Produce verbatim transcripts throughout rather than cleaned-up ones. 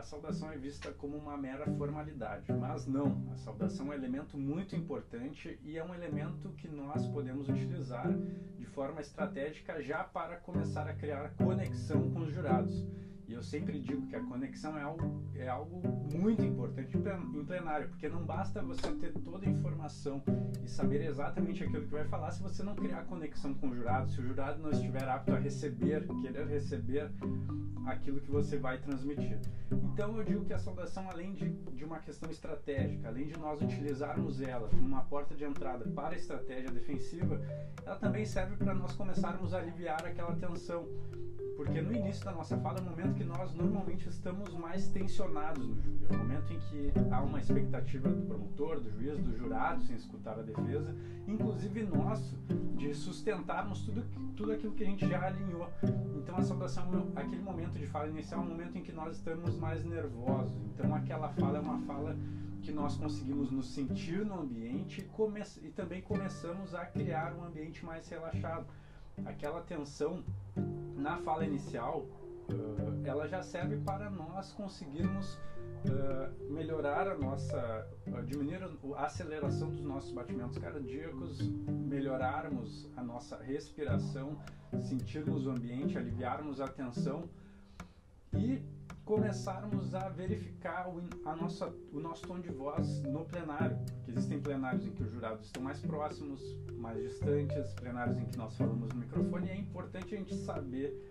saudação é vista como uma mera formalidade, mas não, a saudação é um elemento muito importante e é um elemento que nós podemos utilizar de forma estratégica já para começar a criar conexão com os jurados. E eu sempre digo que a conexão é algo, é algo muito importante em plenário, porque não basta você ter toda a informação e saber exatamente aquilo que vai falar se você não criar conexão com o jurado, se o jurado não estiver apto a receber, querer receber aquilo que você vai transmitir. Então eu digo que a saudação, além de, de uma questão estratégica, além de nós utilizarmos ela como uma porta de entrada para a estratégia defensiva, ela também serve para nós começarmos a aliviar aquela tensão. Porque no início da nossa fala é o momento que nós normalmente estamos mais tensionados no júri. É o momento em que há uma expectativa do promotor, do juiz, do jurado em escutar a defesa, inclusive nosso, de sustentarmos tudo, tudo aquilo que a gente já alinhou. Então a saudação, aquele momento de fala inicial é um momento em que nós estamos mais nervosos. Então aquela fala é uma fala que nós conseguimos nos sentir no ambiente e, come e também começamos a criar um ambiente mais relaxado. Aquela tensão na fala inicial, uh, ela já serve para nós conseguirmos uh, melhorar a nossa, uh, diminuir a aceleração dos nossos batimentos cardíacos, melhorarmos a nossa respiração, sentirmos o ambiente, aliviarmos a tensão e começarmos a verificar o, a nossa, o nosso tom de voz no plenário, porque existem plenários em que os jurados estão mais próximos, mais distantes, plenários em que nós falamos no microfone, e é importante a gente saber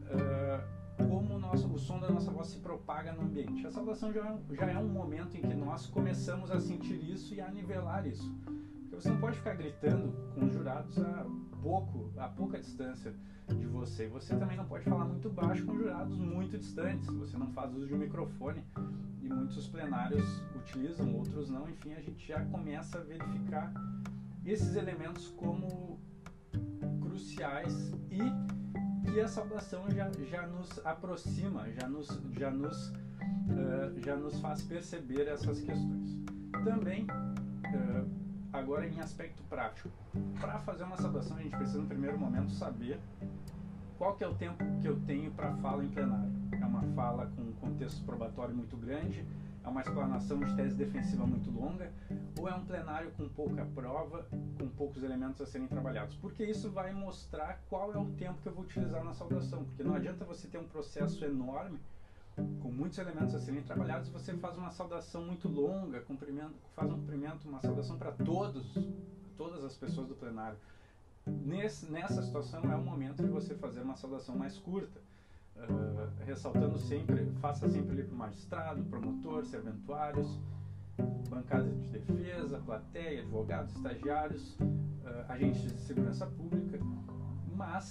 uh, como o, nosso, o som da nossa voz se propaga no ambiente. A saudação já é, já é um momento em que nós começamos a sentir isso e a nivelar isso, porque você não pode ficar gritando com os jurados a, pouco, a pouca distância de você. Você também não pode falar muito baixo com jurados muito distantes. Você não faz uso de um microfone e muitos plenários utilizam, outros não. Enfim, a gente já começa a verificar esses elementos como cruciais e que a saudação já, já nos aproxima, já nos, já, nos, uh, já nos faz perceber essas questões. Também, uh, agora em aspecto prático, para fazer uma saudação a gente precisa no primeiro momento saber qual que é o tempo que eu tenho para fala em plenário. É uma fala com um contexto probatório muito grande, é uma explanação de tese defensiva muito longa, ou é um plenário com pouca prova, com poucos elementos a serem trabalhados? Porque isso vai mostrar qual é o tempo que eu vou utilizar na saudação, porque não adianta você ter um processo enorme com muitos elementos a serem trabalhados, você faz uma saudação muito longa, cumprimento, faz um cumprimento, uma saudação para todos, todas as pessoas do plenário. Nesse, nessa situação é o momento de você fazer uma saudação mais curta, uh, ressaltando sempre, faça sempre ali para o magistrado, promotor, serventuários, bancada de defesa, plateia, advogados, estagiários, uh, agentes de segurança pública, mas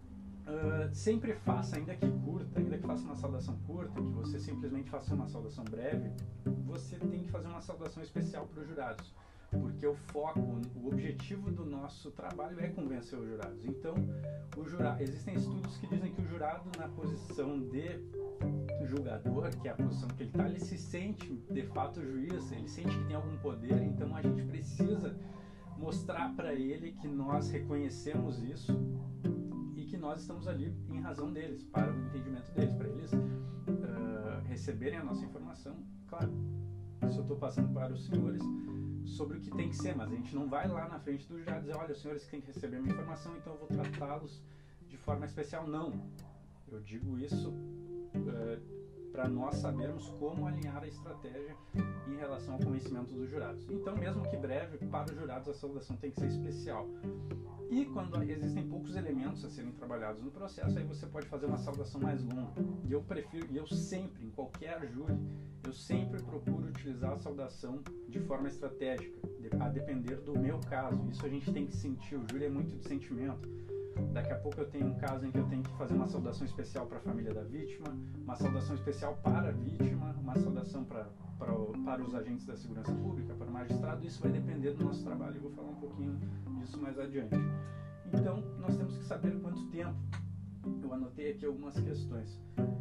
Uh, sempre faça, ainda que curta, ainda que faça uma saudação curta, que você simplesmente faça uma saudação breve, você tem que fazer uma saudação especial para os jurados, porque o foco, o objetivo do nosso trabalho é convencer os jurados. Então, o jurado, existem estudos que dizem que o jurado, na posição de julgador, que é a posição que ele está, ele se sente de fato juiz, ele sente que tem algum poder, então a gente precisa mostrar para ele que nós reconhecemos isso, que nós estamos ali em razão deles, para o entendimento deles, para eles uh, receberem a nossa informação. Claro, isso eu estou passando para os senhores sobre o que tem que ser, mas a gente não vai lá na frente do jurado dizer, olha, os senhores têm que receber a minha informação, então eu vou tratá-los de forma especial. Não, eu digo isso uh, para nós sabermos como alinhar a estratégia em relação ao conhecimento dos jurados. Então, mesmo que breve, para os jurados a saudação tem que ser especial. E quando existem poucos elementos a serem trabalhados no processo, aí você pode fazer uma saudação mais longa. E eu prefiro, e eu sempre, em qualquer júri, eu sempre procuro utilizar a saudação de forma estratégica, a depender do meu caso. Isso a gente tem que sentir, o júri é muito de sentimento. Daqui a pouco eu tenho um caso em que eu tenho que fazer uma saudação especial para a família da vítima, uma saudação especial para a vítima, uma saudação para, para, para os agentes da segurança pública, para o magistrado. Isso vai depender do nosso trabalho e vou falar um pouquinho disso mais adiante. Então, nós temos que saber quanto tempo. Eu anotei aqui algumas questões.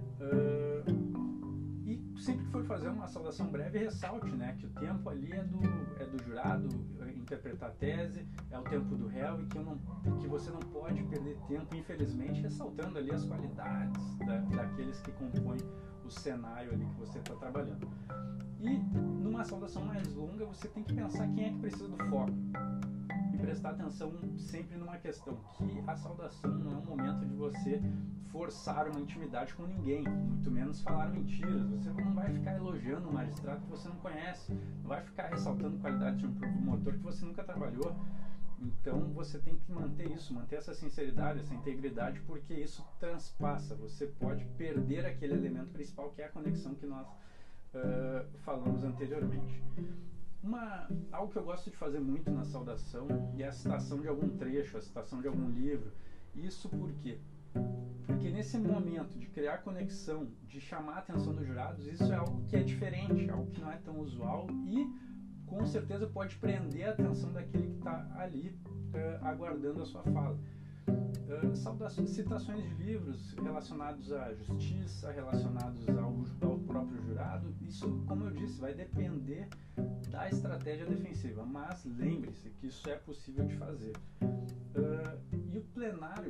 Uh, e sempre que for fazer uma saudação breve, ressalte, né, que o tempo ali é do, é do jurado interpretar a tese, é o tempo do réu, e que, eu não, que você não pode perder tempo, infelizmente, ressaltando ali as qualidades da, daqueles que compõem o cenário ali que você está trabalhando. E numa saudação mais longa, você tem que pensar quem é que precisa do foco. E prestar atenção sempre numa questão, que a saudação não é um momento de você forçar uma intimidade com ninguém, muito menos falar mentiras. Você não vai ficar elogiando um magistrado que você não conhece, não vai ficar ressaltando qualidades de um promotor que você nunca trabalhou. Então você tem que manter isso, manter essa sinceridade, essa integridade, porque isso transpassa. Você pode perder aquele elemento principal, que é a conexão que nós uh, falamos anteriormente. Uma, algo que eu gosto de fazer muito na saudação é a citação de algum trecho, a citação de algum livro. Isso por quê? Porque nesse momento de criar conexão, de chamar a atenção dos jurados, isso é algo que é diferente, algo que não é tão usual e com certeza pode prender a atenção daquele que está ali uh, aguardando a sua fala. Uh, saudações, citações de livros relacionados à justiça, relacionados ao, ao próprio jurado, isso, como eu disse, vai depender da estratégia defensiva, mas lembre-se que isso é possível de fazer. Uh, e o plenário,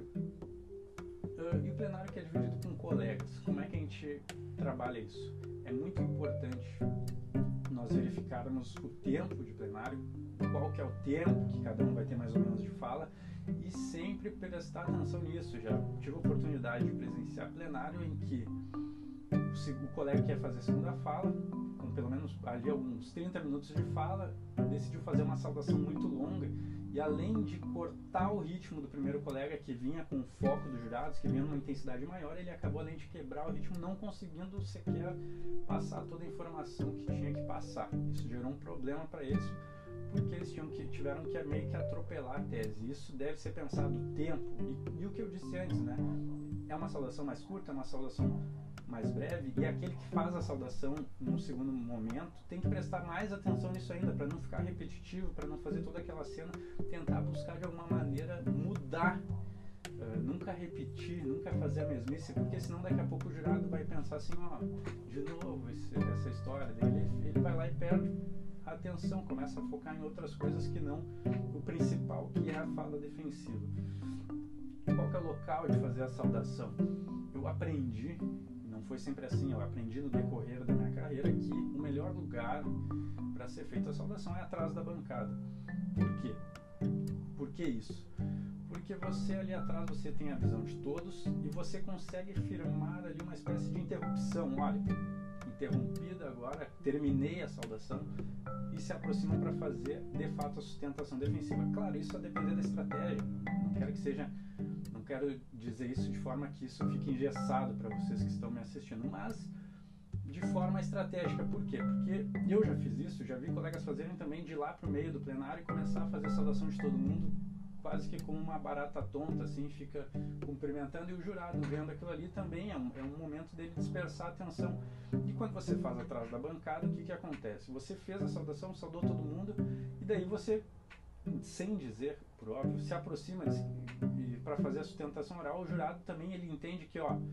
uh, e o plenário que é dividido com colegas, como é que a gente trabalha isso? É muito importante nós verificarmos o tempo de plenário, qual que é o tempo que cada um vai ter mais ou menos de fala, e sempre prestar atenção nisso. Já tive a oportunidade de presenciar plenário em que o, o colega quer fazer a segunda fala, com pelo menos ali alguns trinta minutos de fala, decidiu fazer uma saudação muito longa, e além de cortar o ritmo do primeiro colega, que vinha com o foco dos jurados, que vinha numa intensidade maior, ele acabou, além de quebrar o ritmo, não conseguindo sequer passar toda a informação que tinha que passar. Isso gerou um problema para eles, porque eles tinham que, tiveram que meio que atropelar a tese. Isso deve ser pensado o tempo, e, e o que eu disse antes, né? É uma saudação mais curta, é uma saudação mais breve, e aquele que faz a saudação no segundo momento tem que prestar mais atenção nisso ainda, para não ficar repetitivo, para não fazer toda aquela cena, tentar buscar de alguma maneira mudar, uh, nunca repetir, nunca fazer a mesmice, porque senão daqui a pouco o jurado vai pensar assim, ó, de novo esse, essa história dele, ele vai lá e perde a atenção, começa a focar em outras coisas que não o principal, que é a fala defensiva. Qual que é o local de fazer a saudação? Eu aprendi, não foi sempre assim, eu aprendi no decorrer da minha carreira que o melhor lugar para ser feita a saudação é atrás da bancada. Por quê? Por que isso? Porque você ali atrás, você tem a visão de todos e você consegue firmar ali uma espécie de interrupção. Olha, interrompida agora, terminei a saudação, e se aproximam para fazer de fato a sustentação defensiva. Claro, isso a depender da estratégia, não quero que seja, não quero dizer isso de forma que isso fique engessado para vocês que estão me assistindo, mas de forma estratégica. Por quê? Porque eu já fiz isso, já vi colegas fazerem também de ir lá para o meio do plenário e começar a fazer a saudação de todo mundo, quase que como uma barata tonta, assim, fica cumprimentando, e o jurado vendo aquilo ali também é um, é um momento dele dispersar a atenção. E quando você faz atrás da bancada, o que que acontece? Você fez a saudação, saudou todo mundo, e daí você, sem dizer, por óbvio, se aproxima para fazer a sustentação oral. O jurado também, ele entende que, ó,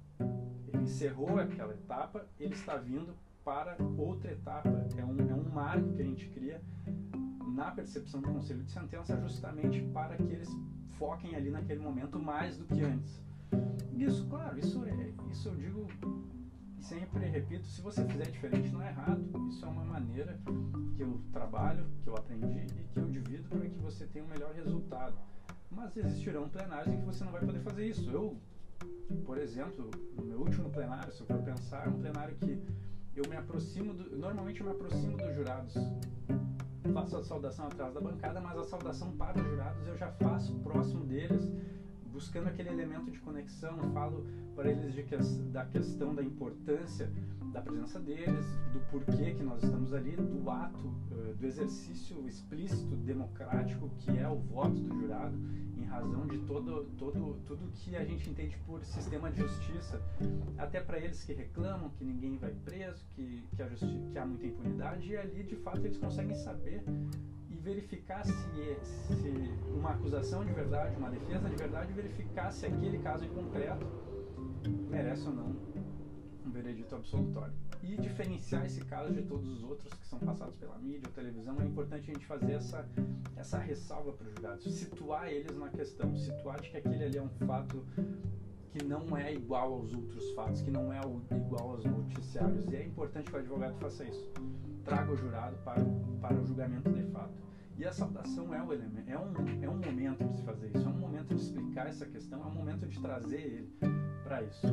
ele encerrou aquela etapa, ele está vindo para outra etapa. É um, é um marco que a gente cria na percepção do conselho de sentença, justamente para que eles foquem ali naquele momento mais do que antes. Isso, claro, isso, é, isso eu digo e sempre repito, se você fizer diferente não é errado, isso é uma maneira que eu trabalho, que eu aprendi e que eu divido para que você tenha um melhor resultado. Mas existirão plenários em que você não vai poder fazer isso. Eu, por exemplo, no meu último plenário, se eu for pensar, é um plenário que eu me aproximo, do, normalmente eu me aproximo dos jurados, faço a saudação atrás da bancada, mas a saudação para os jurados eu já faço próximo deles, buscando aquele elemento de conexão. Eu falo para eles de que, da questão da importância da presença deles, do porquê que nós estamos ali, do ato, do exercício explícito democrático que é o voto do jurado, em razão de todo, todo, tudo que a gente entende por sistema de justiça, até para eles que reclamam que ninguém vai preso, que, que, a justi- que há muita impunidade, e ali de fato eles conseguem saber e verificar se, se uma acusação de verdade, uma defesa de verdade, verificar se aquele caso em concreto merece ou não um veredito absolutório. E diferenciar esse caso de todos os outros que são passados pela mídia ou televisão. É importante a gente fazer essa, essa ressalva para os jurados, situar eles na questão, situar de que aquele ali é um fato que não é igual aos outros fatos, que não é igual aos noticiários. E é importante que o advogado faça isso. Traga o jurado para o, para o julgamento de fato. E a saudação é, o elemento, é, um, é um momento de se fazer isso, é um momento de explicar essa questão, é um momento de trazer ele para isso.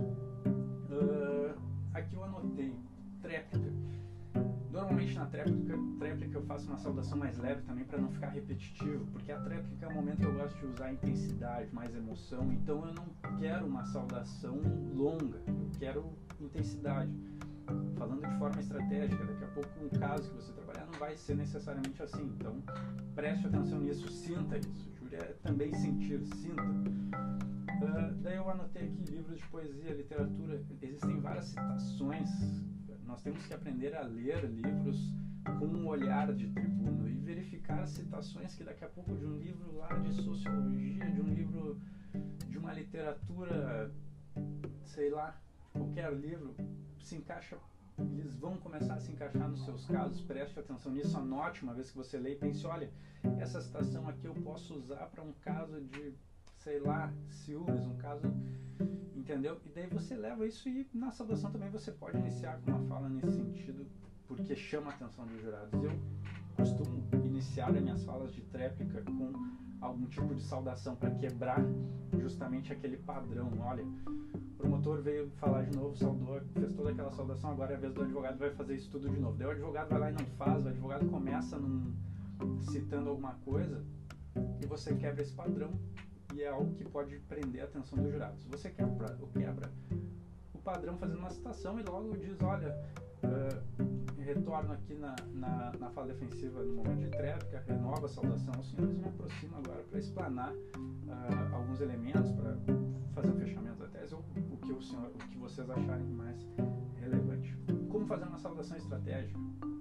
Uh, aqui eu anotei, tréplica. Normalmente na tréplica, tréplica eu faço uma saudação mais leve também para não ficar repetitivo, porque a tréplica é um momento que eu gosto de usar intensidade, mais emoção, então eu não quero uma saudação longa, eu quero intensidade. Falando de forma estratégica, daqui a pouco um caso que você trabalhar não vai ser necessariamente assim, então preste atenção nisso, sinta isso. Júri é também sentir, sinta. Uh, daí eu anotei aqui livros de poesia, literatura, existem várias citações. Nós temos que aprender a ler livros com um olhar de tribuno e verificar citações que daqui a pouco de um livro lá de sociologia, de um livro de uma literatura, sei lá, qualquer livro, se encaixa, eles vão começar a se encaixar nos seus casos. Preste atenção nisso, anote uma vez que você lê e pense, olha, essa citação aqui eu posso usar para um caso de, sei lá, ciúmes, um caso, entendeu? E daí você leva isso e na saudação também você pode iniciar com uma fala nesse sentido, porque chama a atenção dos jurados. Eu costumo iniciar as minhas falas de tréplica com algum tipo de saudação para quebrar justamente aquele padrão. Olha, o promotor veio falar de novo, saudou, fez toda aquela saudação, agora é a vez do advogado, vai fazer isso tudo de novo. Daí o advogado vai lá e não faz, o advogado começa num, citando alguma coisa e você quebra esse padrão. E é algo que pode prender a atenção dos jurados. Você quebra, quebra o padrão fazendo uma citação e logo diz, olha, uh, retorno aqui na, na, na fala defensiva no momento de tréplica, renova a saudação aos senhores e me aproximo agora para explanar uh, alguns elementos, para fazer um fechamento da tese, ou o que, o senhor, o que vocês acharem mais relevante. Como fazer uma saudação estratégica?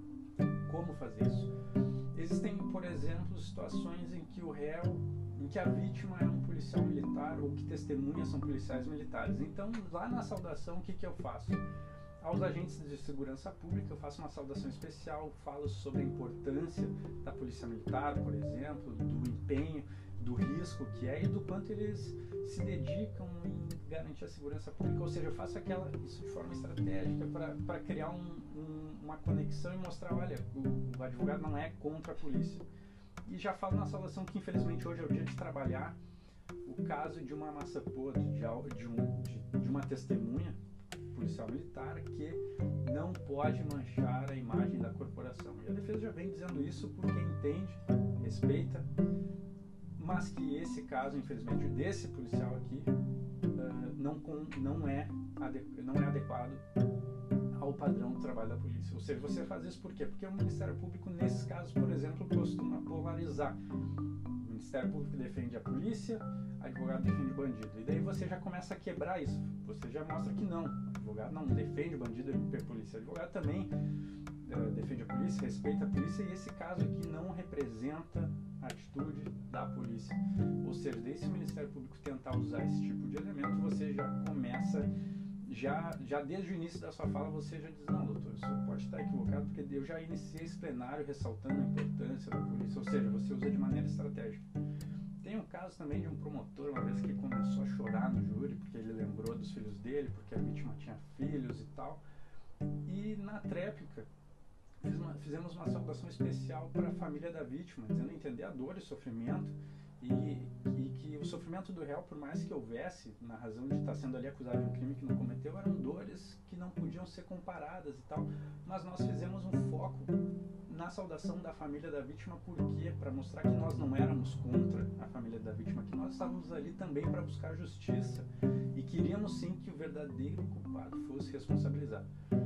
Como fazer isso? Existem, por exemplo, situações em que o réu, em que a vítima é um policial militar ou que testemunhas são policiais militares. Então, lá na saudação, o que, que eu faço? Aos agentes de segurança pública, eu faço uma saudação especial, falo sobre a importância da polícia militar, por exemplo, do empenho, do risco que é e do quanto eles se dedicam em garantir a segurança pública. Ou seja, eu faço aquela, isso de forma estratégica para criar um, um, uma conexão e mostrar, olha, o, o advogado não é contra a polícia. E já falo na saudação que infelizmente hoje é o dia de trabalhar o caso de uma massa podre, de, de, um, de, de uma testemunha policial militar que não pode manchar a imagem da corporação. E a defesa já vem dizendo isso porque entende, respeita, mas que esse caso, infelizmente, desse policial aqui uh, não, com, não, é não é adequado ao padrão do trabalho da polícia. Ou seja, você faz isso por quê? Porque o Ministério Público, nesses casos, por exemplo, costuma polarizar. O Ministério Público defende a polícia, o advogado defende o bandido. E daí você já começa a quebrar isso. Você já mostra que não. O advogado não defende o bandido e a polícia. O advogado também uh, defende a polícia, respeita a polícia, e esse caso aqui não representa a atitude da polícia. Ou seja, daí se o Ministério Público tentar usar esse tipo de elemento, você já começa... Já, já desde o início da sua fala você já diz, não, doutor, o senhor pode estar equivocado, porque eu já iniciei esse plenário ressaltando a importância da polícia. Ou seja, você usa de maneira estratégica. Tem um caso também de um promotor, uma vez que começou a chorar no júri, porque ele lembrou dos filhos dele, porque a vítima tinha filhos e tal. E na tréplica, fiz uma, fizemos uma saudação especial para a família da vítima, dizendo entender a dor e o sofrimento, E, e que o sofrimento do réu, por mais que houvesse, na razão de estar sendo ali acusado de um crime que não cometeu, eram dores que não podiam ser comparadas e tal, mas nós fizemos um foco na saudação da família da vítima. Por quê? Para mostrar que nós não éramos contra a família da vítima, que nós estávamos ali também para buscar justiça e queríamos sim que o verdadeiro culpado fosse responsabilizado.